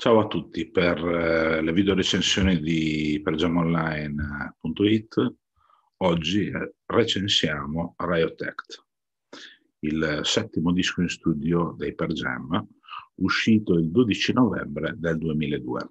Ciao a tutti, per le video recensioni di pergemonline.it oggi recensiamo Riot Act, il settimo disco in studio dei Per Jam, uscito il 12 novembre del 2002.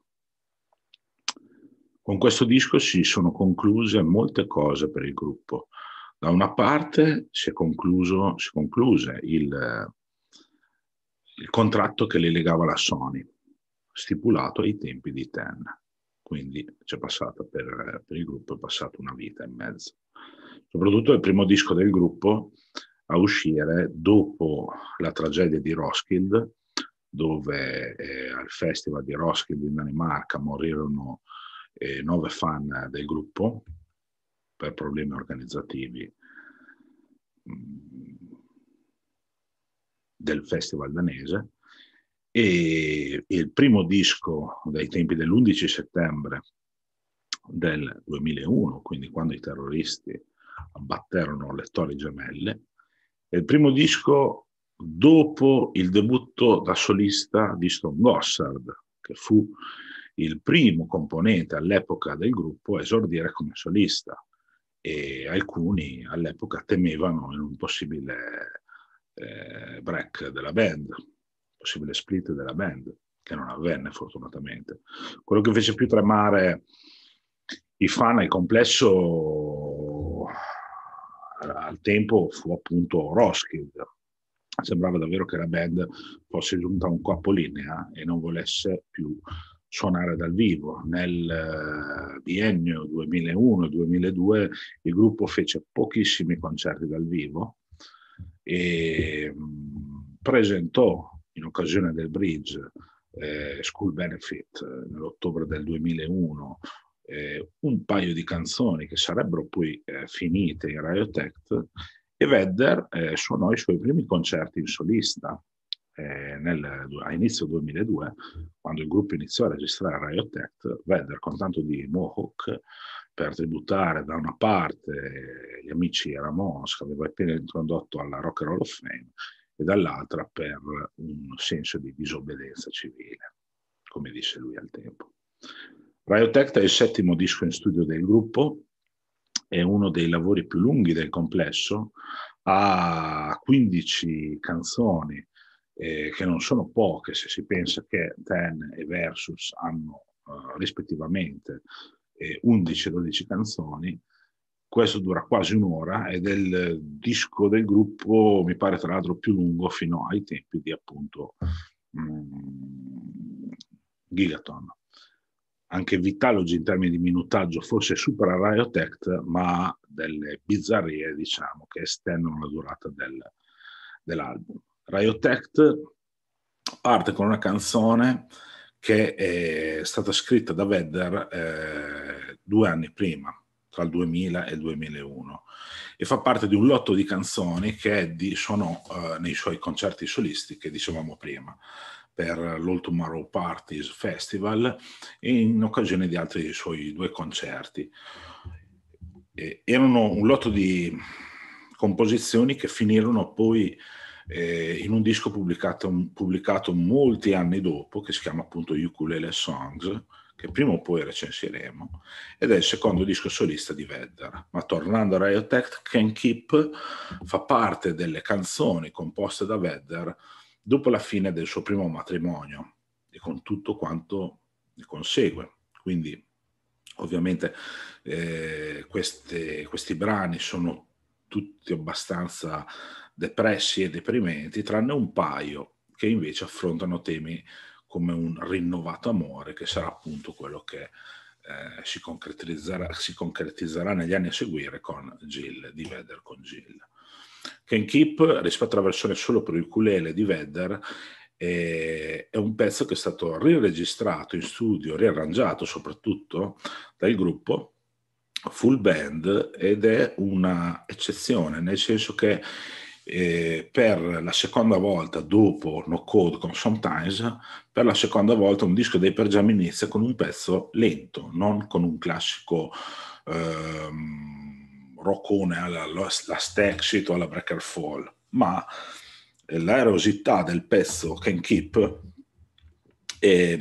Con questo disco si sono concluse molte cose per il gruppo. Da una parte si concluse il contratto che li legava alla Sony, stipulato ai tempi di Ten. Quindi c'è passata per il gruppo è passata una vita e mezzo. Soprattutto il primo disco del gruppo a uscire dopo la tragedia di Roskilde, dove al festival di Roskilde in Danimarca morirono 9 fan del gruppo per problemi organizzativi del festival danese, e il primo disco dai tempi dell'11 settembre del 2001, quindi quando i terroristi abbatterono le Torri Gemelle, è il primo disco dopo il debutto da solista di Stone Gossard, che fu il primo componente all'epoca del gruppo a esordire come solista, e alcuni all'epoca temevano in un possibile break della band, possibile split della band, che non avvenne fortunatamente. Quello che fece più tremare i fan al complesso al tempo fu appunto Roskilde. Sembrava davvero che la band fosse giunta a un capolinea e non volesse più suonare dal vivo. Nel biennio 2001-2002 il gruppo fece pochissimi concerti dal vivo e presentò in occasione del Bridge School Benefit nell'ottobre del 2001 un paio di canzoni che sarebbero poi finite in Riot Act, e Vedder suonò i suoi primi concerti in solista a inizio 2002, quando il gruppo iniziò a registrare Riot Act. Vedder, con tanto di Mohawk, per tributare da una parte gli amici Ramones, che aveva appena introdotto alla Rock and Roll of Fame, e dall'altra per un senso di disobbedienza civile, come disse lui al tempo. Riot Act è il settimo disco in studio del gruppo, è uno dei lavori più lunghi del complesso, ha 15 canzoni, che non sono poche se si pensa che Ten e Versus hanno rispettivamente 11 e 12 canzoni. Questo dura quasi un'ora ed è il disco del gruppo, mi pare tra l'altro più lungo fino ai tempi di appunto Gigaton. Anche Vitalogy in termini di minutaggio forse supera Riot Act, ma ha delle bizzarrie, diciamo, che estendono la durata dell'album. Riot Act parte con una canzone che è stata scritta da Vedder 2 anni prima, tra il 2000 e il 2001, e fa parte di un lotto di canzoni che Eddie suonò nei suoi concerti solisti che dicevamo prima, per l'All Tomorrow Parties Festival e in occasione di altri suoi 2 concerti. Erano un lotto di composizioni che finirono poi in un disco pubblicato molti anni dopo, che si chiama appunto Ukulele Songs, che prima o poi recensiremo, ed è il secondo disco solista di Vedder. Ma tornando a Riot Act, Can't Keep fa parte delle canzoni composte da Vedder dopo la fine del suo primo matrimonio e con tutto quanto ne consegue. Quindi ovviamente questi brani sono tutti abbastanza depressi e deprimenti, tranne un paio che invece affrontano temi come un rinnovato amore, che sarà appunto quello che si concretizzerà negli anni a seguire con Jill, di Vedder con Jill. Can't Keep, rispetto alla versione solo per il ukulele di Vedder, è un pezzo che è stato riregistrato in studio, riarrangiato soprattutto dal gruppo full band, ed è una eccezione, nel senso che per la seconda volta dopo No Code con Sometimes, per la seconda volta un disco dei Per Jam inizia con un pezzo lento, non con un classico roccone alla Last Exit o alla Breaker Fall, ma l'aerosità del pezzo Can't Keep e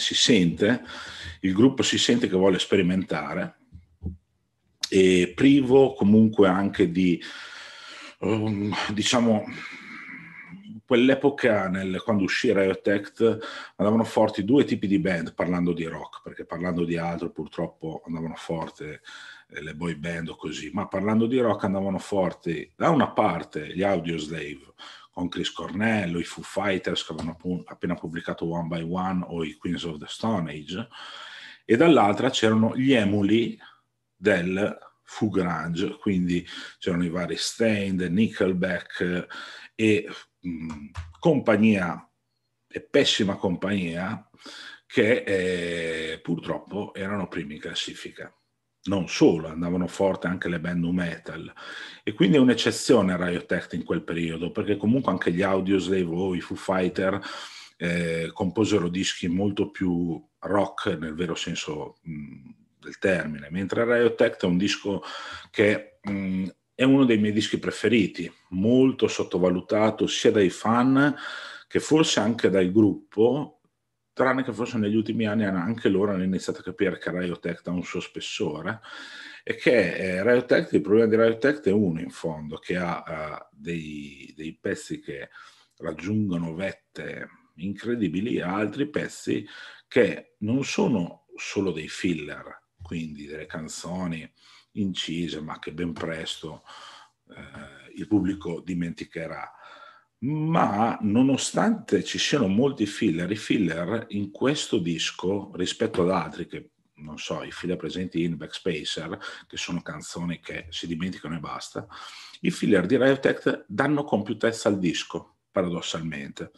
il gruppo si sente che vuole sperimentare, e privo comunque anche di, diciamo, quell'epoca quando uscì Riot Act andavano forti due tipi di band, parlando di rock, perché parlando di altro purtroppo andavano forte le boy band o così, ma parlando di rock andavano forti da una parte gli Audioslave con Chris Cornell, i Foo Fighters che avevano appena pubblicato One by One, o i Queens of the Stone Age, e dall'altra c'erano gli emuli del Fu Grunge, quindi c'erano i vari Stained, Nickelback e compagnia, e pessima compagnia, che purtroppo erano primi in classifica. Non solo, andavano forte anche le band nu metal, e quindi è un'eccezione Riot Act in quel periodo, perché comunque anche gli Audioslave o i Foo Fighter composero dischi molto più rock nel vero senso del termine, mentre Riot Act è un disco che è uno dei miei dischi preferiti, molto sottovalutato sia dai fan che forse anche dal gruppo, tranne che forse negli ultimi anni anche loro hanno iniziato a capire che Riot Act ha un suo spessore, e che Riot Act, il problema di Riot Act è uno in fondo, che ha dei pezzi che raggiungono vette incredibili, a altri pezzi che non sono solo dei filler, quindi delle canzoni incise, ma che ben presto il pubblico dimenticherà. Ma nonostante ci siano molti filler, i filler in questo disco, rispetto ad altri che, non so, i filler presenti in Backspacer, che sono canzoni che si dimenticano e basta, i filler di Riot Act danno compiutezza al disco, paradossalmente,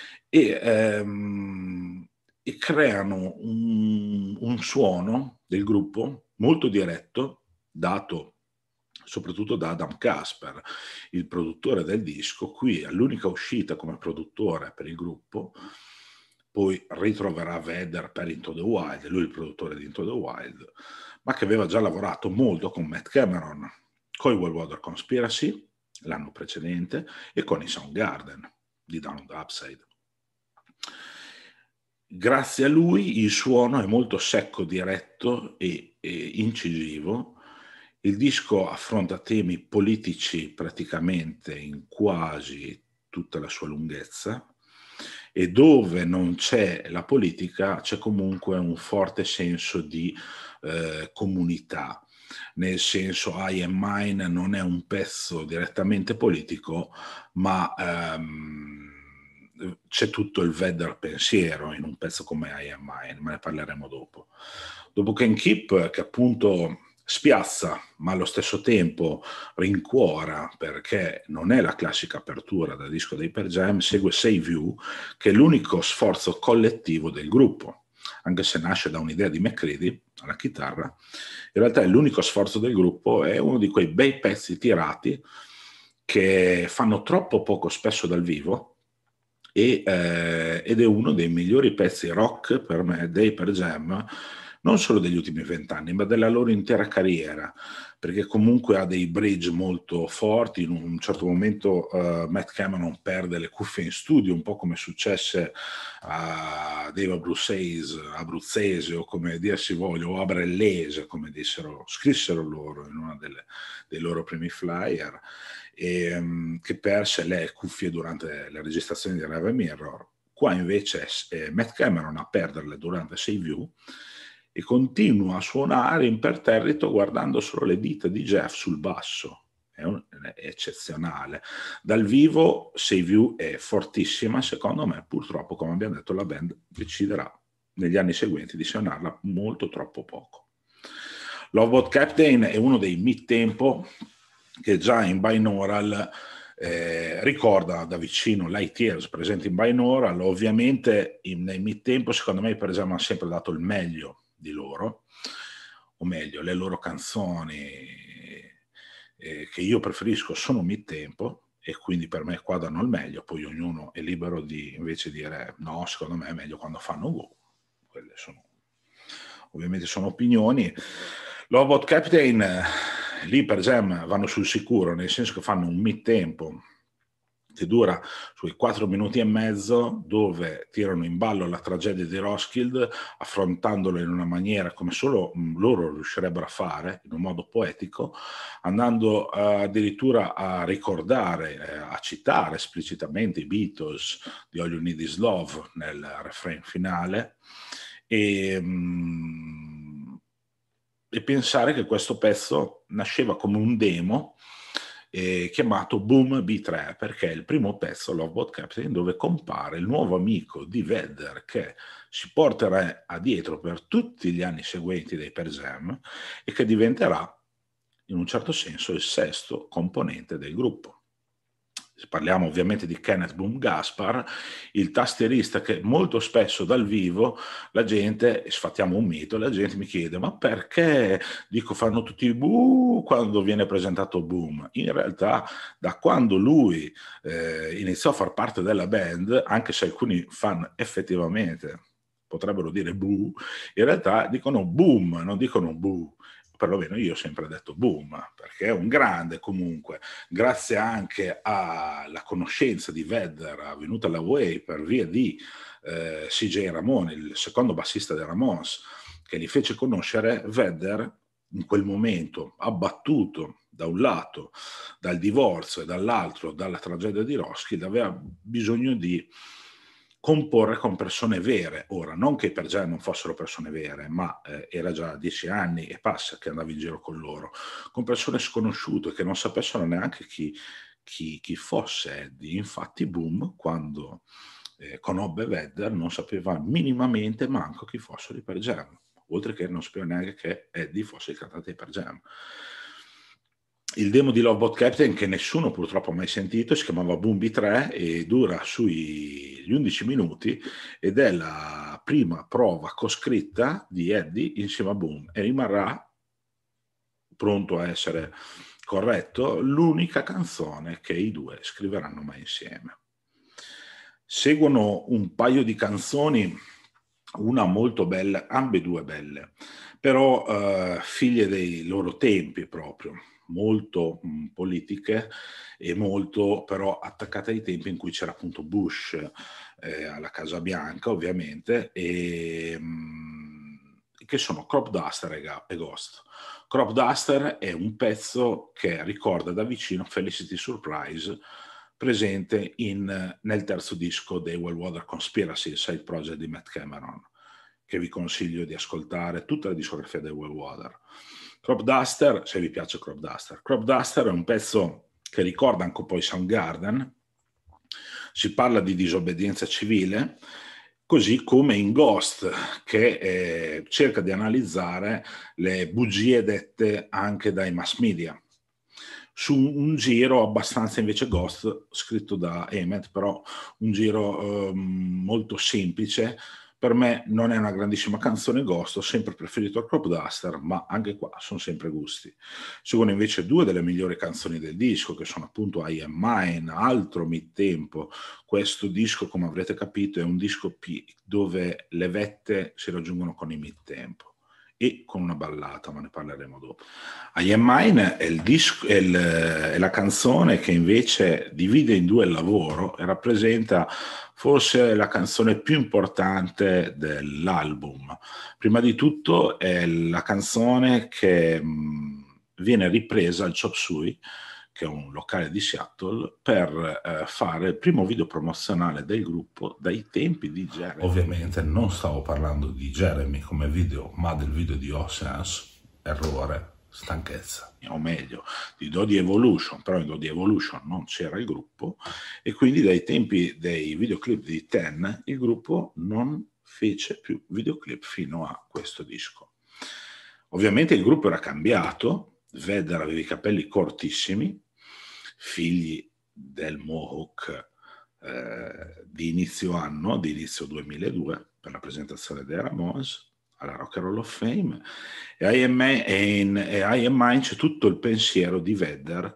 e creano un suono del gruppo molto diretto, dato soprattutto da Adam Kasper, il produttore del disco. Qui all'unica uscita come produttore per il gruppo, poi ritroverà Vedder per Into the Wild, lui il produttore di Into the Wild, ma che aveva già lavorato molto con Matt Cameron, con i Wellwater Conspiracy l'anno precedente e con i Soundgarden di Down the Upside. Grazie a lui il suono è molto secco, diretto e incisivo. Il disco affronta temi politici praticamente in quasi tutta la sua lunghezza, e dove non c'è la politica c'è comunque un forte senso di comunità, nel senso I Am Mine non è un pezzo direttamente politico, ma c'è tutto il Vedder pensiero in un pezzo come I Am Mine, ma ne parleremo dopo. Dopo Can Keep, che appunto spiazza, ma allo stesso tempo rincuora, perché non è la classica apertura da disco dei Pearl Jam, segue Save You, che è l'unico sforzo collettivo del gruppo, anche se nasce da un'idea di McCready alla chitarra. In realtà è l'unico sforzo del gruppo, è uno di quei bei pezzi tirati che fanno troppo poco spesso dal vivo, ed è uno dei migliori pezzi rock per me dei Pearl Jam, non solo degli ultimi 20 anni, ma della loro intera carriera, perché comunque ha dei bridge molto forti. In un certo momento Matt Cameron perde le cuffie in studio, un po' come successe a Dave Abruzzese, o come dir si voglia, o Abrellese, come scrissero loro in uno dei loro primi flyer, che perse le cuffie durante la registrazione di Rev Mirror. Qua invece Matt Cameron a perderle durante Save You, e continua a suonare imperterrito guardando solo le dita di Jeff sul basso. È eccezionale. Dal vivo Save You è fortissima, secondo me. Purtroppo, come abbiamo detto, la band deciderà negli anni seguenti di suonarla molto troppo poco. Lovebot Captain è uno dei mid-tempo che già in binaural ricorda da vicino Light Years presenti in binaural. Ovviamente nei mid-tempo secondo me per esempio hanno sempre dato il meglio di loro, o meglio le loro canzoni che io preferisco sono mid-tempo, e quindi per me qua danno il meglio. Poi ognuno è libero di invece dire no, secondo me è meglio quando fanno go. Quelle ovviamente sono opinioni. Lovebot Captain lì per Jam vanno sul sicuro, nel senso che fanno un mid-tempo che dura sui 4 minuti e mezzo, dove tirano in ballo la tragedia di Roskilde, affrontandolo in una maniera come solo loro riuscirebbero a fare, in un modo poetico, andando addirittura a ricordare, a citare esplicitamente i Beatles di All You Need Is Love nel refrain finale, e pensare che questo pezzo nasceva come un demo chiamato Boom B3, perché è il primo pezzo, Love Boat Captain, dove compare il nuovo amico di Vedder che si porterà dietro per tutti gli anni seguenti dei Pearl Jam e che diventerà in un certo senso il sesto componente del gruppo. Parliamo ovviamente di Kenneth Boom Gaspar, il tastierista che molto spesso dal vivo la gente, sfattiamo un mito, la gente mi chiede ma perché fanno tutti i boo quando viene presentato Boom? In realtà da quando lui iniziò a far parte della band, anche se alcuni fan effettivamente potrebbero dire boo, in realtà dicono boom, non dicono boo. Perlomeno io ho sempre detto boom, perché è un grande comunque, grazie anche alla conoscenza di Vedder avvenuta alla Way per via di CJ Ramone, il secondo bassista dei Ramones, che li fece conoscere. Vedder in quel momento, abbattuto da un lato dal divorzio e dall'altro dalla tragedia di Roskilde, aveva bisogno di comporre con persone vere. Ora, non che per Jam non fossero persone vere, ma era già 10 anni e passa che andava in giro con loro, con persone sconosciute che non sapessero neanche chi fosse Eddie. Infatti Boom, quando conobbe Vedder, non sapeva minimamente manco chi fossero i Pearl Jam, oltre che non sapeva neanche che Eddie fosse il cantante dei Pearl Jam. Il demo di Love Boat Captain, che nessuno purtroppo ha mai sentito, si chiamava Boom B3 e dura sugli 11 minuti ed è la prima prova coscritta di Eddie insieme a Boom e rimarrà, pronto a essere corretto, l'unica canzone che i due scriveranno mai insieme. Seguono un paio di canzoni, una molto bella, ambedue belle, però figlie dei loro tempi proprio, molto politiche e molto però attaccate ai tempi in cui c'era appunto Bush alla Casa Bianca ovviamente, e che sono Crop Duster e Ghost. Crop Duster è un pezzo che ricorda da vicino Felicity Surprise, presente nel terzo disco dei Wellwater Conspiracy, il side project di Matt Cameron, che vi consiglio di ascoltare tutta la discografia dei Wellwater. Crop Duster, se vi piace Crop Duster è un pezzo che ricorda anche un po' i Soundgarden. Si parla di disobbedienza civile, così come in Ghost, che cerca di analizzare le bugie dette anche dai mass media, su un giro abbastanza invece Ghost, scritto da Emmett, però un giro molto semplice. Per me non è una grandissima canzone Ghost, ho sempre preferito il Crop Duster, ma anche qua sono sempre gusti. Seguono invece due delle migliori canzoni del disco, che sono appunto I Am Mine, altro mid-tempo. Questo disco, come avrete capito, è un disco dove le vette si raggiungono con il mid-tempo e con una ballata, ma ne parleremo dopo. I Am Mine è la canzone che invece divide in due il lavoro e rappresenta forse la canzone più importante dell'album. Prima di tutto è la canzone che viene ripresa al Chop Suey, che è un locale di Seattle, per fare il primo video promozionale del gruppo dai tempi di Jeremy. Ovviamente non stavo parlando di Jeremy come video, ma del video di Oceans, errore, stanchezza, o meglio, di Dodie Evolution, però in Dodie Evolution non c'era il gruppo e quindi dai tempi dei videoclip di Ten il gruppo non fece più videoclip fino a questo disco. Ovviamente il gruppo era cambiato, Vedder aveva i capelli cortissimi, figli del Mohawk di inizio anno, di inizio 2002, per la presentazione dei Ramones alla Rock and Roll of Fame, e I Am Mine c'è tutto il pensiero di Vedder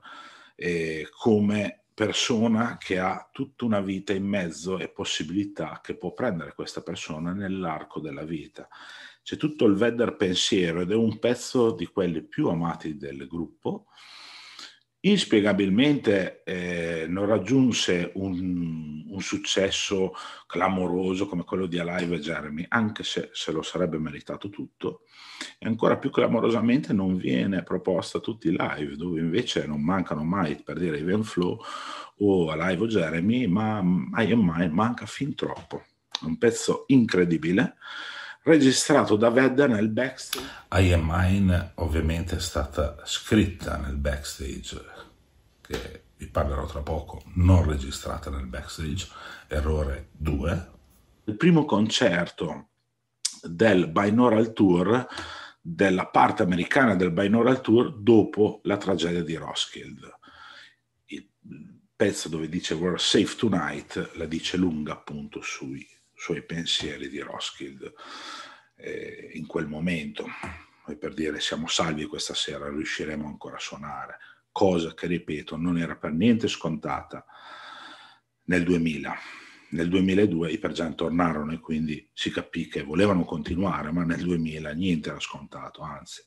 come persona che ha tutta una vita in mezzo e possibilità che può prendere questa persona nell'arco della vita. C'è tutto il Vedder pensiero ed è un pezzo di quelli più amati del gruppo, inspiegabilmente non raggiunse un successo clamoroso come quello di Alive e Jeremy, anche se lo sarebbe meritato tutto, e ancora più clamorosamente non viene proposta tutti i live, dove invece non mancano mai, per dire, Even Flow o Alive o Jeremy, ma I Am Mine manca fin troppo. È un pezzo incredibile, registrato da Vedder nel backstage. I Am Mine ovviamente è stata scritta nel backstage, che vi parlerò tra poco, non registrata nel backstage, errore 2. Il primo concerto del Binaural Tour, della parte americana del Binaural Tour dopo la tragedia di Roskilde. Il pezzo dove dice "We're safe tonight" la dice lunga appunto sui suoi pensieri di Roskilde in quel momento, e per dire siamo salvi questa sera, riusciremo ancora a suonare, cosa che, ripeto, non era per niente scontata nel 2000. Nel 2002 i Pearl Jam tornarono e quindi si capì che volevano continuare, ma nel 2000 niente era scontato, anzi.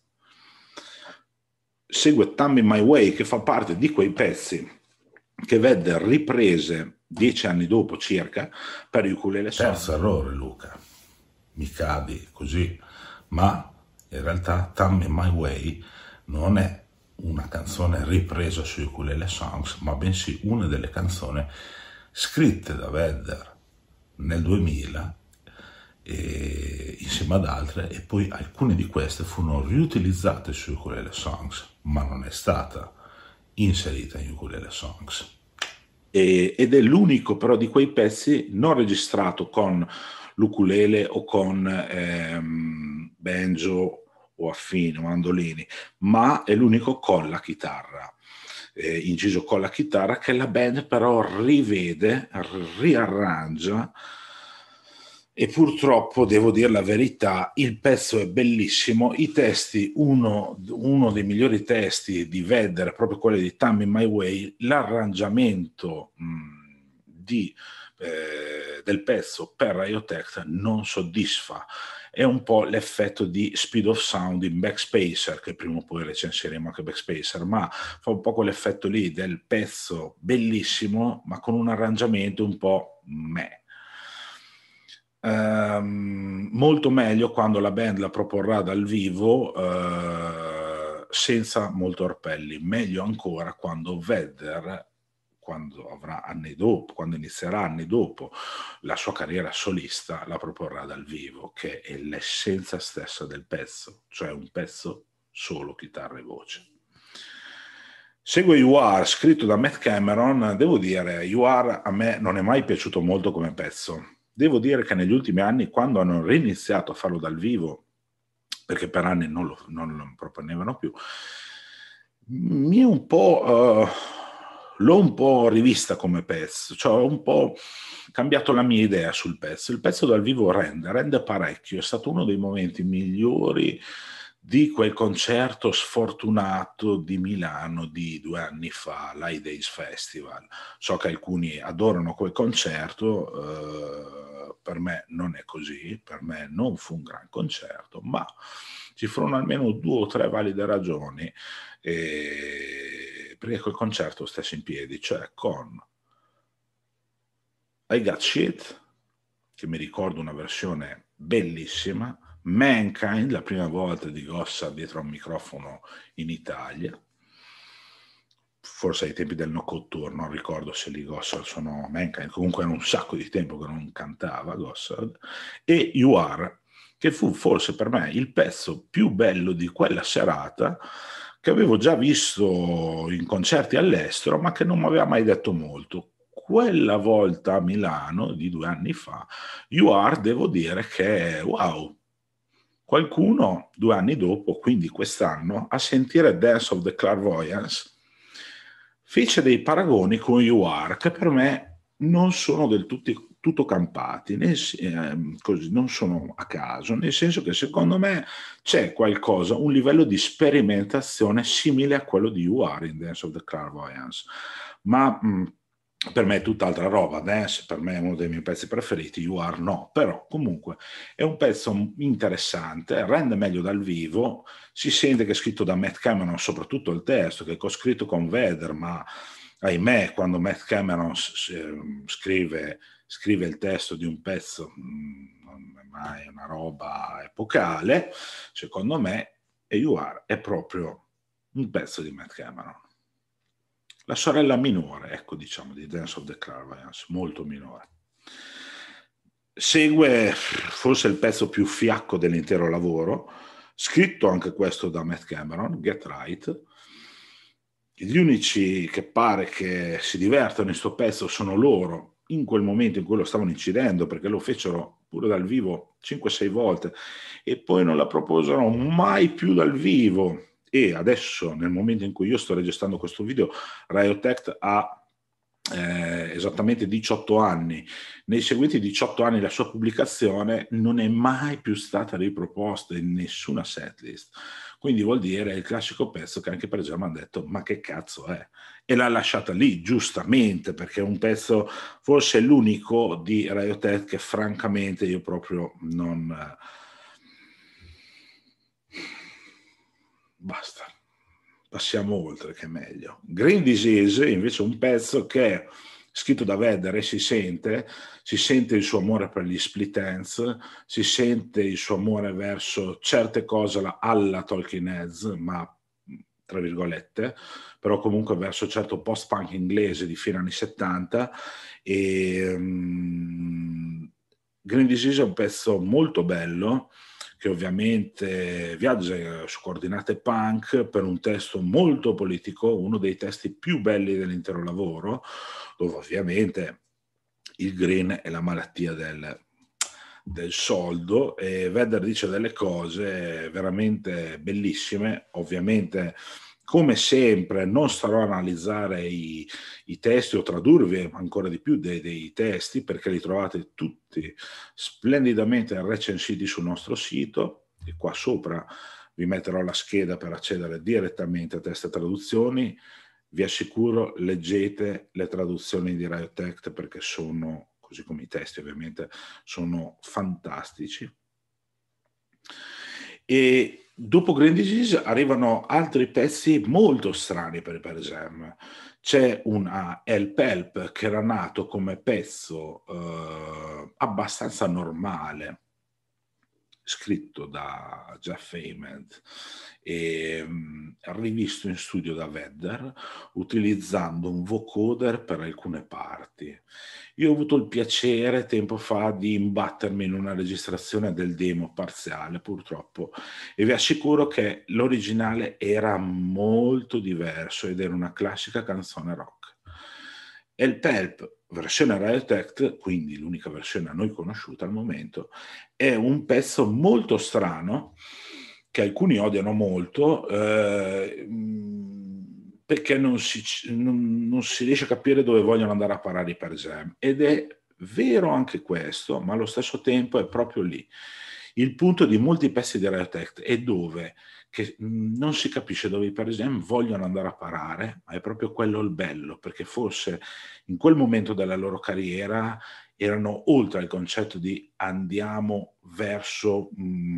Segue Thumb in My Way, che fa parte di quei pezzi che Vedder riprese 10 anni dopo circa per Ukulele Song. Terzo errore, Luca, mi cadi così, ma in realtà Thumb in My Way non è una canzone ripresa su Ukulele Songs, ma bensì una delle canzoni scritte da Vedder nel 2000 insieme ad altre, e poi alcune di queste furono riutilizzate su Ukulele Songs, ma non è stata inserita in Ukulele Songs. Ed è l'unico però di quei pezzi non registrato con l'ukulele o con banjo o affine, mandolini, ma è l'unico con la chitarra, inciso con la chitarra, che la band però rivede, riarrangia, e purtroppo devo dire la verità, il pezzo è bellissimo, i testi, uno dei migliori testi di Vedder è proprio quello di Thumb in My Way, l'arrangiamento del pezzo per Riot non soddisfa, è un po' l'effetto di Speed of Sound in Backspacer, che prima o poi recensiremo anche Backspacer, ma fa un po' quell'effetto lì del pezzo bellissimo ma con un arrangiamento un po' meh. Molto meglio quando la band la proporrà dal vivo senza molto orpelli, meglio ancora quando Vedder, quando avrà anni dopo, quando inizierà anni dopo la sua carriera solista, la proporrà dal vivo, che è l'essenza stessa del pezzo, cioè un pezzo solo chitarra e voce. Segue You Are, scritto da Matt Cameron. Devo dire, You Are a me non è mai piaciuto molto come pezzo. Devo dire che negli ultimi anni, quando hanno riniziato a farlo dal vivo, perché per anni non lo proponevano più, mi è un po'... l'ho un po' rivista come pezzo, cioè ho un po' cambiato la mia idea sul pezzo. Il pezzo dal vivo rende parecchio, è stato uno dei momenti migliori di quel concerto sfortunato di Milano di 2 anni fa, l'High Days Festival. So che alcuni adorano quel concerto, per me non è così, per me non fu un gran concerto, ma ci furono almeno 2 o 3 valide ragioni perché quel concerto stesse in piedi, cioè con I Got Shit, che mi ricordo una versione bellissima, Mankind, la prima volta di Gossard dietro a un microfono in Italia, forse ai tempi del No Couture, non ricordo se lì Gossard suonò Mankind, comunque era un sacco di tempo che non cantava Gossard, e You Are, che fu forse per me il pezzo più bello di quella serata, che avevo già visto in concerti all'estero, ma che non mi aveva mai detto molto. Quella volta a Milano, di 2 anni fa, You Are, devo dire che, wow, qualcuno 2 anni dopo, quindi quest'anno, a sentire Dance of the Clairvoyance, fece dei paragoni con You Are, che per me non sono del tutto campati, così, non sono a caso, nel senso che secondo me c'è qualcosa, un livello di sperimentazione simile a quello di You Are in Dance of the Clairvoyance, ma per me è tutt'altra roba. Dance per me è uno dei miei pezzi preferiti, You Are no, però comunque è un pezzo interessante, rende meglio dal vivo, si sente che è scritto da Matt Cameron, soprattutto il testo, che è scritto con Vedder, ma ahimè quando Matt Cameron scrive il testo di un pezzo non è mai una roba epocale, secondo me, e You Are è proprio un pezzo di Matt Cameron. La sorella minore, ecco, diciamo, di Dance of the Clairvoyants, molto minore. Segue forse il pezzo più fiacco dell'intero lavoro, scritto anche questo da Matt Cameron, Get Right. Gli unici che pare che si divertono in questo pezzo sono loro, in quel momento in cui lo stavano incidendo, perché lo fecero pure dal vivo 5-6 volte, e poi non la proposero mai più dal vivo. E adesso, nel momento in cui io sto registrando questo video, Riot Act ha esattamente 18 anni. Nei seguenti 18 anni la sua pubblicazione non è mai più stata riproposta in nessuna setlist. Quindi vuol dire il classico pezzo che anche per esempio hanno detto ma che cazzo è? E l'ha lasciata lì, giustamente, perché è un pezzo, forse l'unico di Riot Act che francamente io proprio non... Basta. Passiamo oltre, che è meglio. Green Disease invece è un pezzo che è scritto da Vedder e si sente il suo amore per gli Split Enz, si sente il suo amore verso certe cose alla Talking Heads, ma tra virgolette, però comunque verso certo post-punk inglese di fine anni 70 e Green Disease è un pezzo molto bello che ovviamente viaggia su coordinate punk per un testo molto politico, uno dei testi più belli dell'intero lavoro, dove ovviamente il green è la malattia del soldo e Vedder dice delle cose veramente bellissime, ovviamente come sempre non starò a analizzare i testi o tradurvi ancora di più dei testi perché li trovate tutti splendidamente recensiti sul nostro sito e qua sopra vi metterò la scheda per accedere direttamente a testi e traduzioni. Vi assicuro, leggete le traduzioni di Riot Act perché sono, così come i testi ovviamente, sono fantastici. E dopo Green Disease arrivano altri pezzi molto strani per esempio. C'è una Help Help che era nato come pezzo abbastanza normale, scritto da Jeff Ament e rivisto in studio da Vedder utilizzando un vocoder per alcune parti. Io ho avuto il piacere tempo fa di imbattermi in una registrazione del demo parziale purtroppo e vi assicuro che l'originale era molto diverso ed era una classica canzone rock. Help Help, versione Riot Act, quindi l'unica versione a noi conosciuta al momento, è un pezzo molto strano che alcuni odiano molto perché non si riesce a capire dove vogliono andare a parare i Pearl Jam ed è vero anche questo, ma allo stesso tempo è proprio lì. Il punto di molti pezzi di Riot Act è dove che non si capisce dove i Pearl Jam vogliono andare a parare, ma è proprio quello il bello, perché forse in quel momento della loro carriera erano oltre al concetto di andiamo verso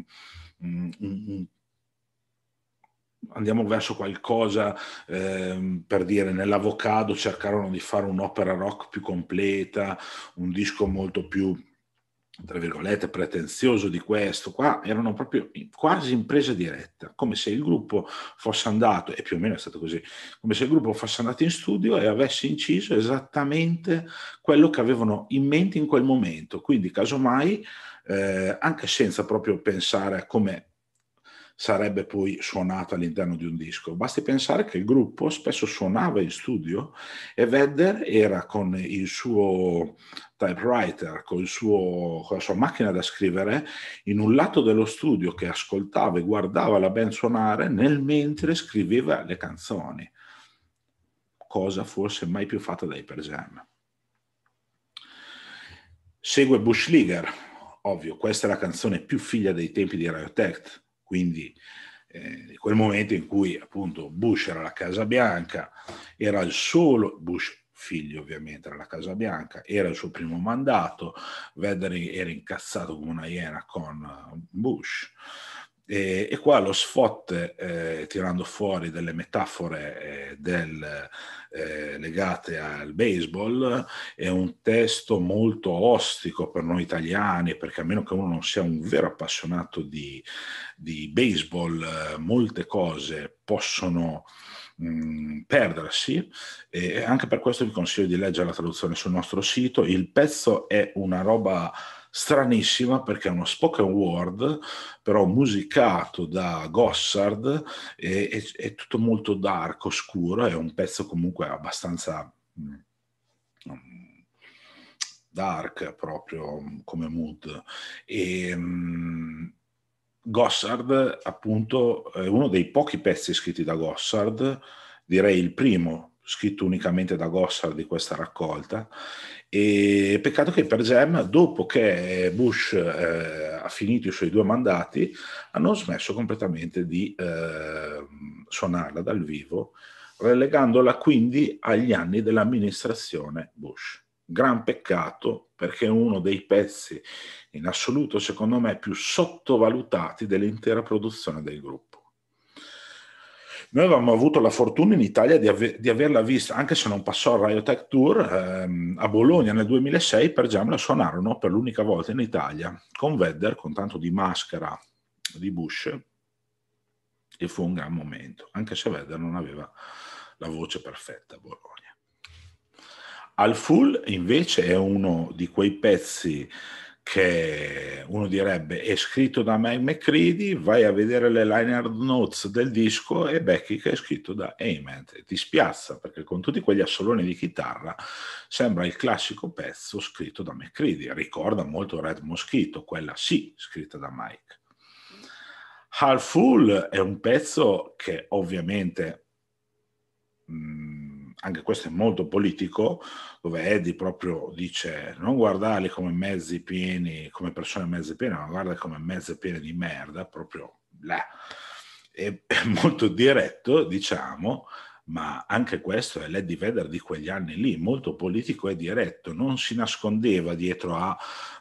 qualcosa, per dire nell'Avocado cercarono di fare un'opera rock più completa, un disco molto più tra virgolette pretenzioso di questo. Qua erano proprio quasi in presa diretta, come se il gruppo fosse andato, e più o meno è stato così, come se il gruppo fosse andato in studio e avesse inciso esattamente quello che avevano in mente in quel momento, quindi casomai anche senza proprio pensare a come sarebbe poi suonato all'interno di un disco. Basti pensare che il gruppo spesso suonava in studio e Vedder era con il suo typewriter, con la sua macchina da scrivere, in un lato dello studio che ascoltava e guardava la band suonare nel mentre scriveva le canzoni, cosa forse mai più fatta dai Pearl Jam. Segue Bush Leaguer, ovvio, questa è la canzone più figlia dei tempi di Riot Act, quindi quel momento in cui appunto Bush era alla Casa Bianca, era il solo Bush figli ovviamente della Casa Bianca, era il suo primo mandato, Vedder era incazzato come una iena con Bush. E qua lo Sfott, tirando fuori delle metafore legate al baseball, è un testo molto ostico per noi italiani, perché a meno che uno non sia un vero appassionato di baseball, molte cose possono perdersi, e anche per questo vi consiglio di leggere la traduzione sul nostro sito. Il pezzo è una roba stranissima perché è uno spoken word, però musicato da Gossard, è tutto molto dark, oscuro, è un pezzo comunque abbastanza dark proprio come mood. E Gossard appunto è uno dei pochi pezzi scritti da Gossard, direi il primo scritto unicamente da Gossard di questa raccolta. E peccato che per Jam, dopo che Bush ha finito i suoi 2 mandati, hanno smesso completamente di suonarla dal vivo, relegandola quindi agli anni dell'amministrazione Bush. Gran peccato, perché è uno dei pezzi in assoluto, secondo me, più sottovalutati dell'intera produzione del gruppo. Noi avevamo avuto la fortuna in Italia di averla vista, anche se non passò al Riot Tour, a Bologna nel 2006 per Jam la suonarono per l'unica volta in Italia, con Vedder, con tanto di maschera di Bush, e fu un gran momento, anche se Vedder non aveva la voce perfetta a Bologna. Al Full invece è uno di quei pezzi che uno direbbe è scritto da Mike McCready, vai a vedere le liner notes del disco e becchi che è scritto da Ament, e ti spiazza perché con tutti quegli assoloni di chitarra sembra il classico pezzo scritto da McCready, ricorda molto Red Mosquito, quella sì scritta da Mike. Half Full è un pezzo che ovviamente anche questo è molto politico, dove Eddie proprio dice non guardarli come mezzi pieni, come persone mezze piene, ma guarda come mezze piene di merda, proprio là. È molto diretto, diciamo, ma anche questo è l'Eddie Vedder di quegli anni lì, molto politico e diretto, non si nascondeva dietro a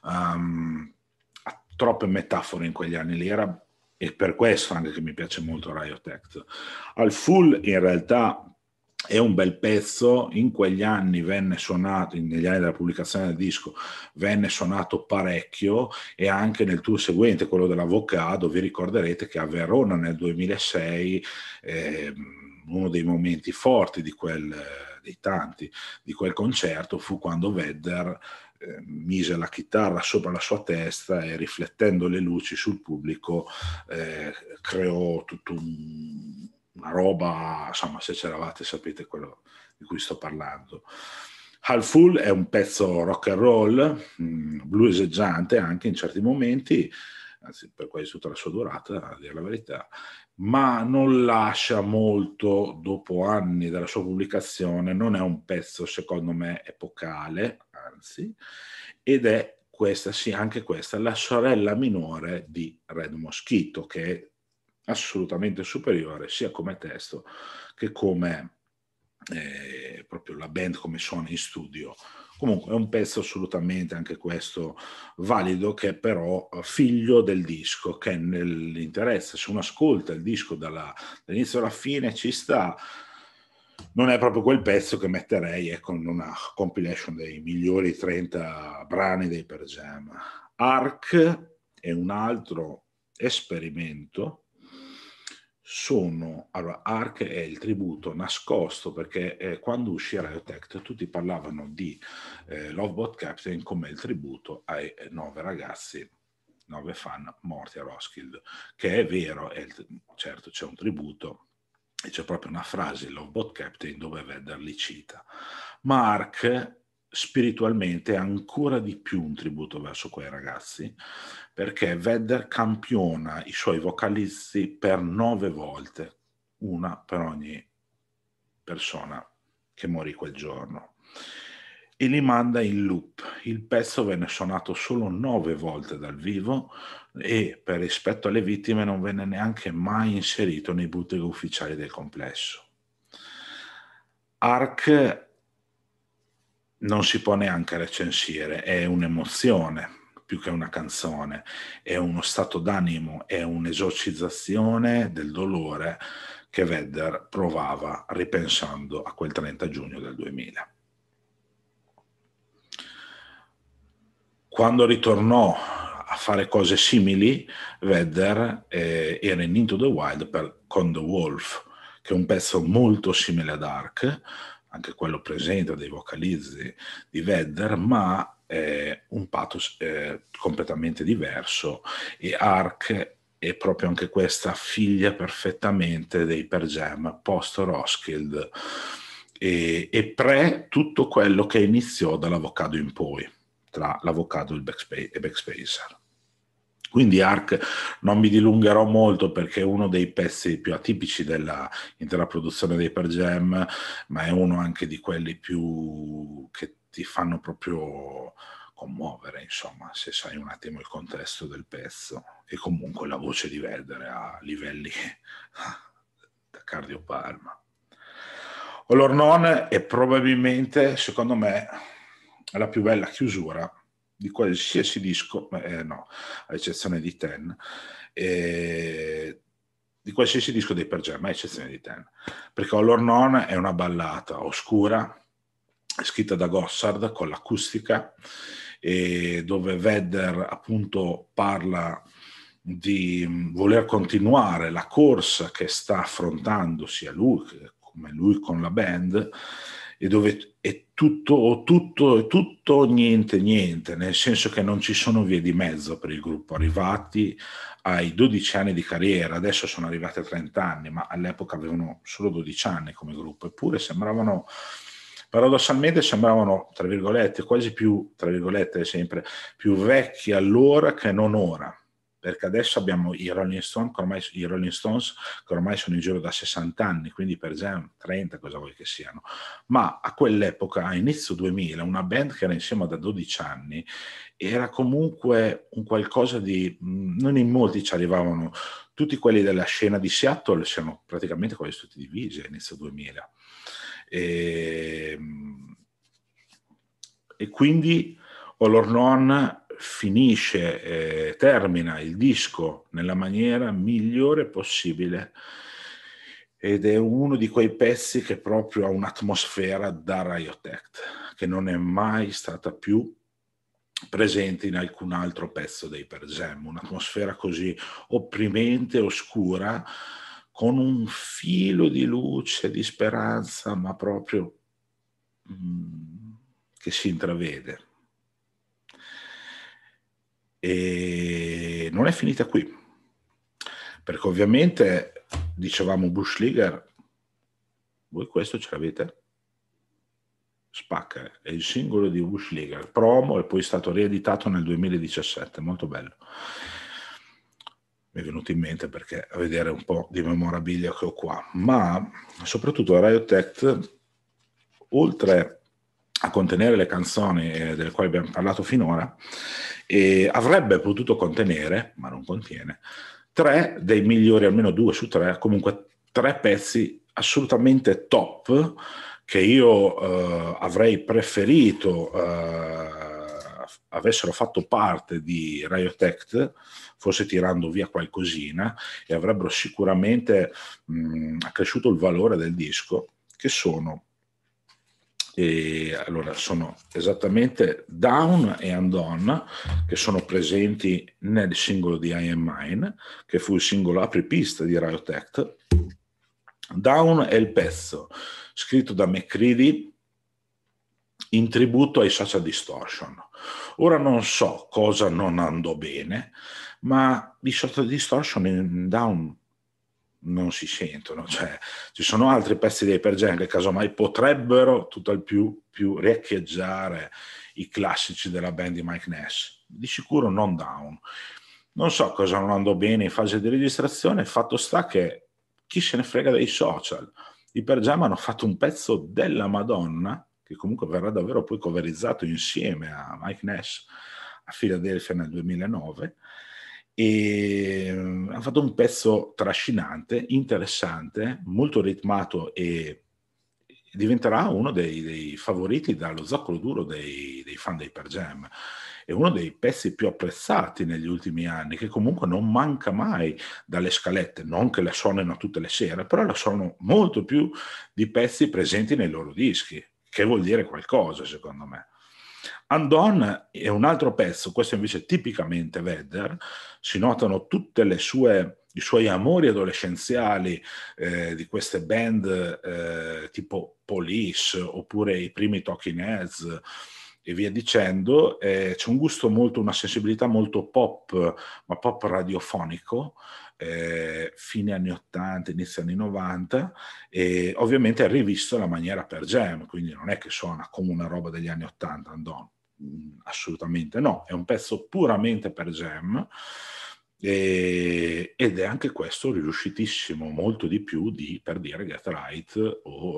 troppe metafore in quegli anni lì, era, e per questo anche che mi piace molto Riot Act. Al Full in realtà è un bel pezzo, in quegli anni venne suonato, negli anni della pubblicazione del disco, venne suonato parecchio, e anche nel tour seguente, quello dell'Avocado, vi ricorderete che a Verona nel 2006 uno dei momenti forti di dei tanti di quel concerto fu quando Vedder mise la chitarra sopra la sua testa e riflettendo le luci sul pubblico creò tutto una roba, insomma, se c'eravate sapete quello di cui sto parlando. Half Full è un pezzo rock and roll, blueseggiante anche in certi momenti, anzi per quasi tutta la sua durata, a dire la verità, ma non lascia molto dopo anni dalla sua pubblicazione, non è un pezzo secondo me epocale, anzi, ed è questa, sì, anche questa, la sorella minore di Red Mosquito, che è assolutamente superiore sia come testo che come proprio la band come suona in studio. Comunque è un pezzo assolutamente anche questo valido, che è però figlio del disco, che nell'interesse, se uno ascolta il disco dall'inizio alla fine ci sta, non è proprio quel pezzo che metterei con una compilation dei migliori 30 brani dei Pearl Jam. Arc è un altro esperimento. Allora, Arc è il tributo nascosto, perché quando uscì Riot Act tutti parlavano di Lovebot Captain come il tributo ai 9 ragazzi, 9 fan morti a Roskilde, che è vero, certo c'è un tributo e c'è proprio una frase in Lovebot Captain dove Vedder li cita, ma Arc spiritualmente è ancora di più un tributo verso quei ragazzi, perché Vedder campiona i suoi vocalisti per 9 volte, una per ogni persona che morì quel giorno, e li manda in loop. Il pezzo venne suonato solo 9 volte dal vivo e per rispetto alle vittime non venne neanche mai inserito nei bootleg ufficiali del complesso. Arc non si può neanche recensire, è un'emozione più che una canzone, è uno stato d'animo, è un'esorcizzazione del dolore che Vedder provava ripensando a quel 30 giugno del 2000. Quando ritornò a fare cose simili, Vedder era in Into the Wild con The Wolf, che è un pezzo molto simile ad Ark, anche quello presenta dei vocalizzi di Vedder, ma è un pathos completamente diverso, e Ark è proprio anche questa figlia perfettamente dei Pearl Jam post Roskilde e pre tutto quello che iniziò dall'Avocado in poi, tra l'Avocado e Backspacer. Quindi Ark non mi dilungherò molto perché è uno dei pezzi più atipici dell'intera produzione dei Pearl Jam, ma è uno anche di quelli più che ti fanno proprio commuovere, insomma, se sai un attimo il contesto del pezzo. E comunque la voce di Vedder a livelli da cardiopalma. All or None è probabilmente, secondo me, la più bella chiusura di qualsiasi disco, no, a eccezione di Ten, di qualsiasi disco dei Pearl Jam, a eccezione di Ten, perché All or None è una ballata oscura, scritta da Gossard con l'acustica, dove Vedder appunto parla di voler continuare la corsa che sta affrontando sia lui come lui con la band, e dove è tutto o niente, nel senso che non ci sono vie di mezzo per il gruppo, arrivati ai 12 anni di carriera, adesso sono arrivati a 30 anni, ma all'epoca avevano solo 12 anni come gruppo, eppure paradossalmente sembravano, tra virgolette, quasi più, tra virgolette sempre, più vecchi allora che non ora, perché adesso abbiamo i Rolling Stones che ormai sono in giro da 60 anni, quindi per esempio 30, cosa vuoi che siano, ma a quell'epoca, a inizio 2000, una band che era insieme da 12 anni era comunque un qualcosa di, non in molti ci arrivavano, tutti quelli della scena di Seattle siamo praticamente quasi tutti divisi a inizio 2000. E quindi All or None finisce, termina il disco nella maniera migliore possibile, ed è uno di quei pezzi che proprio ha un'atmosfera da Riot Act, che non è mai stata più presente in alcun altro pezzo dei Pearl Jam, un'atmosfera così opprimente, oscura, con un filo di luce, di speranza, ma proprio che si intravede. E non è finita qui, perché ovviamente dicevamo Bush Leaguer, voi questo ce l'avete? Spacca, è il singolo di Bush Leaguer, promo, e poi è stato rieditato nel 2017, molto bello. Mi è venuto in mente perché a vedere un po' di memorabilia che ho qua, ma soprattutto Riot Act, oltre a contenere le canzoni delle quali abbiamo parlato finora, avrebbe potuto contenere, ma non contiene, 3 dei migliori, almeno 2 su 3, comunque 3 pezzi assolutamente top che io avrei preferito avessero fatto parte di Riot Act, forse tirando via qualcosina, e avrebbero sicuramente accresciuto il valore del disco, che sono sono esattamente Down e Undone, che sono presenti nel singolo di I Am Mine, che fu il singolo apripista di Riot Act. Down è il pezzo scritto da McCready in tributo ai Social Distortion. Ora non so cosa non andò bene, ma i Social Distortion in Down non si sentono, cioè ci sono altri pezzi dei Pearl Jam che casomai potrebbero tutt'al più riecheggiare i classici della band di Mike Nash, di sicuro non Down. Non so cosa non andò bene in fase di registrazione, fatto sta che chi se ne frega dei social, i Pearl Jam hanno fatto un pezzo della Madonna che comunque verrà davvero poi coverizzato insieme a Mike Nash a Philadelphia nel 2009, e ha fatto un pezzo trascinante, interessante, molto ritmato e diventerà uno dei favoriti dallo zoccolo duro dei fan dei Pearl Jam. È uno dei pezzi più apprezzati negli ultimi anni, che comunque non manca mai dalle scalette, non che le suonino tutte le sere, però la suonano molto più di pezzi presenti nei loro dischi, che vuol dire qualcosa secondo me. Undone è un altro pezzo, questo invece è tipicamente Vedder, si notano tutte i suoi amori adolescenziali di queste band tipo Police oppure i primi Talking Heads e via dicendo. C'è un gusto una sensibilità molto pop, ma pop radiofonico, fine anni 80, inizio anni 90, e ovviamente è rivisto alla maniera Pearl Jam, quindi non è che suona come una roba degli anni 80, no, assolutamente no, è un pezzo puramente Pearl Jam, ed è anche questo riuscitissimo, molto di più di, per dire, Get Right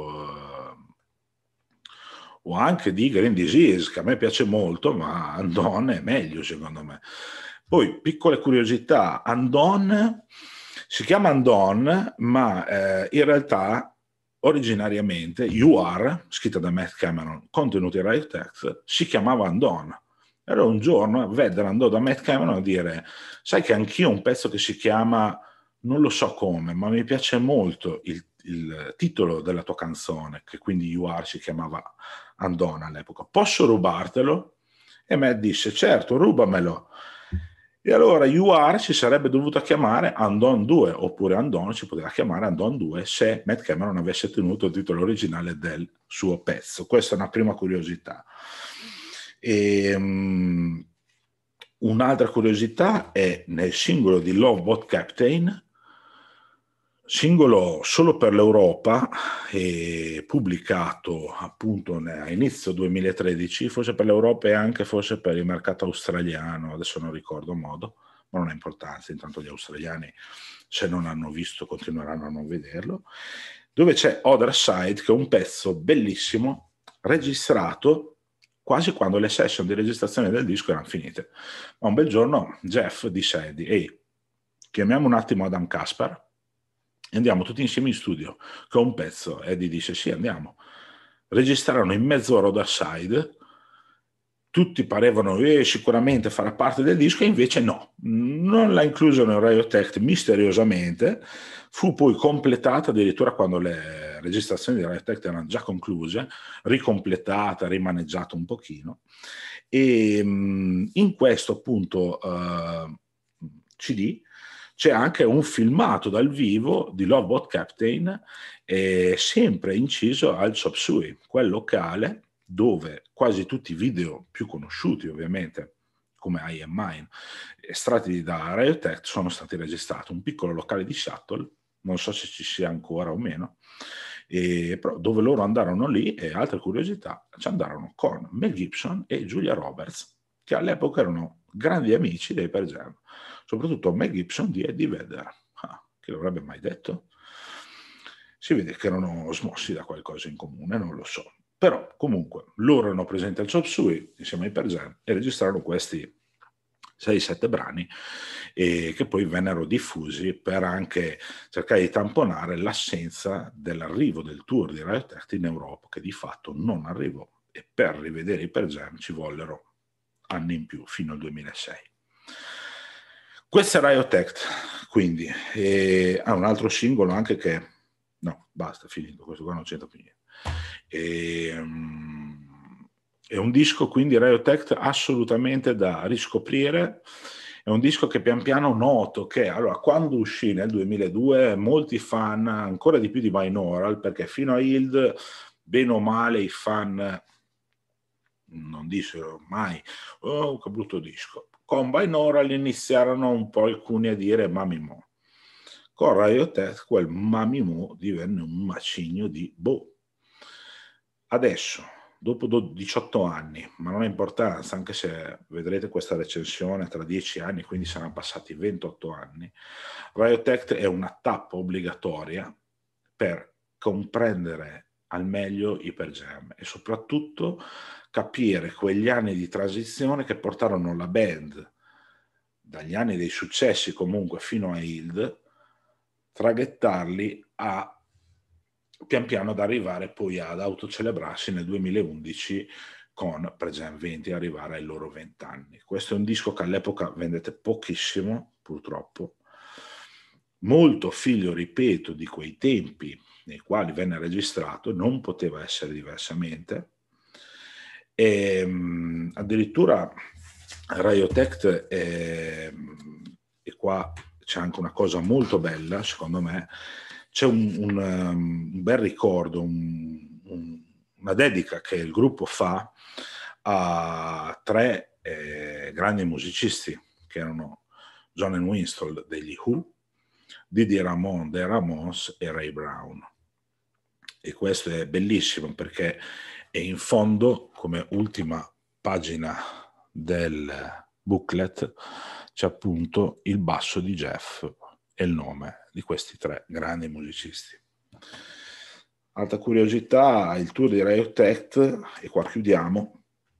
o anche di Green Disease, che a me piace molto, ma Undone è meglio secondo me. Poi, piccole curiosità, Undone si chiama Undone, ma in realtà originariamente You Are, scritta da Matt Cameron, contenuti in Riot Act, si chiamava Undone. Allora un giorno Vedder andò da Matt Cameron a dire: sai che anch'io ho un pezzo che si chiama, non lo so come, ma mi piace molto il titolo della tua canzone, che quindi You Are si chiamava Undone all'epoca, posso rubartelo? E Matt disse: certo, rubamelo. E allora You Are si sarebbe dovuta chiamare Undone 2, oppure Undone si poteva chiamare Undone 2 se Matt Cameron avesse tenuto il titolo originale del suo pezzo. Questa è una prima curiosità. Un'altra curiosità è nel singolo di Love Boat Captain, singolo solo per l'Europa e pubblicato appunto a inizio 2013, forse per l'Europa e anche forse per il mercato australiano, adesso non ricordo modo, ma non ha importanza, intanto gli australiani, se non hanno visto, continueranno a non vederlo, dove c'è Other Side, che è un pezzo bellissimo, registrato quasi quando le session di registrazione del disco erano finite. Ma un bel giorno Jeff disse a Eddie: ehi, chiamiamo un attimo Adam Kasper e andiamo tutti insieme in studio, che ho un pezzo. Eddie dice: sì, andiamo. Registrarono in mezz'ora Other Side, tutti parevano sicuramente farà parte del disco, e invece no, non l'ha incluso nel Riot Act misteriosamente. Fu poi completata addirittura quando le registrazioni di Riot Act erano già concluse, ricompletata, rimaneggiata un pochino, e in questo appunto CD c'è anche un filmato dal vivo di Love Boat Captain, sempre inciso al Chop Suey, quel locale dove quasi tutti i video più conosciuti, ovviamente, come I Am Mine, estratti da Riot Act, sono stati registrati. Un piccolo locale di Seattle, non so se ci sia ancora o meno, però dove loro andarono lì, e altre curiosità, ci andarono con Mel Gibson e Julia Roberts, che all'epoca erano grandi amici dei Pearl Jam, soprattutto Mel Gibson di Eddie Vedder. Chi l'avrebbe mai detto? Si vede che erano smossi da qualcosa in comune, non lo so. Però comunque loro erano presenti al Chop Suey insieme ai Pearl Jam e registrarono questi 6-7 brani, che poi vennero diffusi per anche cercare di tamponare l'assenza dell'arrivo del tour di Riot Act in Europa, che di fatto non arrivò, e per rivedere i Pearl Jam ci vollero anni in più, fino al 2006. Questo è Riot Act, quindi ha un altro singolo anche che no, basta, finito, questo qua non c'entra più niente. È un disco quindi Riot Act assolutamente da riscoprire. È un disco che pian piano noto che allora quando uscì nel 2002 molti fan, ancora di più di Binaural, perché fino a Yield bene o male i fan non dissero mai oh che brutto disco. Con Binaural iniziarono un po' alcuni a dire Mami Mo. Con Riot Act quel Mami Mo divenne un macigno di boh. Adesso, dopo 18 anni, ma non ha importanza, anche se vedrete questa recensione tra 10 anni, quindi saranno passati 28 anni, Riot Act è una tappa obbligatoria per comprendere al meglio i Pearl Jam e soprattutto capire quegli anni di transizione che portarono la band dagli anni dei successi comunque fino a Yield, traghettarli a pian piano ad arrivare poi ad autocelebrarsi nel 2011 con Present 20, arrivare ai loro 20 anni. Questo è un disco che all'epoca vendete pochissimo, purtroppo, molto figlio, ripeto, di quei tempi nei quali venne registrato, non poteva essere diversamente. E addirittura Riot Act, e qua c'è anche una cosa molto bella, secondo me, c'è un bel ricordo, una dedica che il gruppo fa a tre grandi musicisti, che erano John Entwistle degli Who, Didi Ramone dei Ramones e Ray Brown. E questo è bellissimo perché è in fondo, come ultima pagina del booklet, c'è appunto il basso di Jeff e il nome di questi tre grandi musicisti. Altra curiosità, il tour di Riot Act, e qua chiudiamo,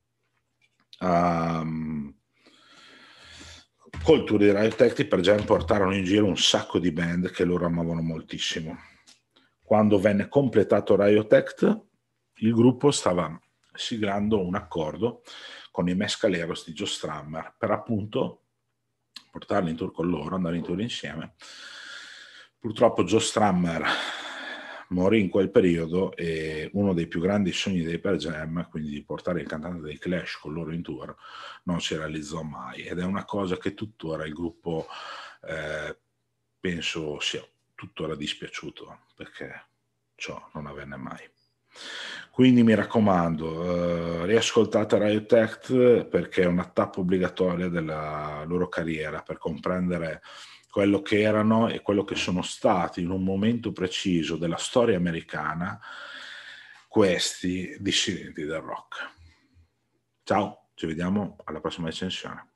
col tour di Riot Act per Jam portarono in giro un sacco di band che loro amavano moltissimo. Quando venne completato Riot Act, il gruppo stava siglando un accordo con i Mescaleros di Joe Strummer per appunto portarli in tour con loro, andare in tour insieme. Purtroppo Joe Strummer morì in quel periodo e uno dei più grandi sogni dei Pearl Jam, quindi di portare il cantante dei Clash con loro in tour, non si realizzò mai, ed è una cosa che tuttora il gruppo penso sia tuttora dispiaciuto, perché ciò non avvenne mai. Quindi mi raccomando, riascoltate Riot Act, perché è una tappa obbligatoria della loro carriera per comprendere quello che erano e quello che sono stati in un momento preciso della storia americana questi dissidenti del rock. Ciao, ci vediamo alla prossima recensione.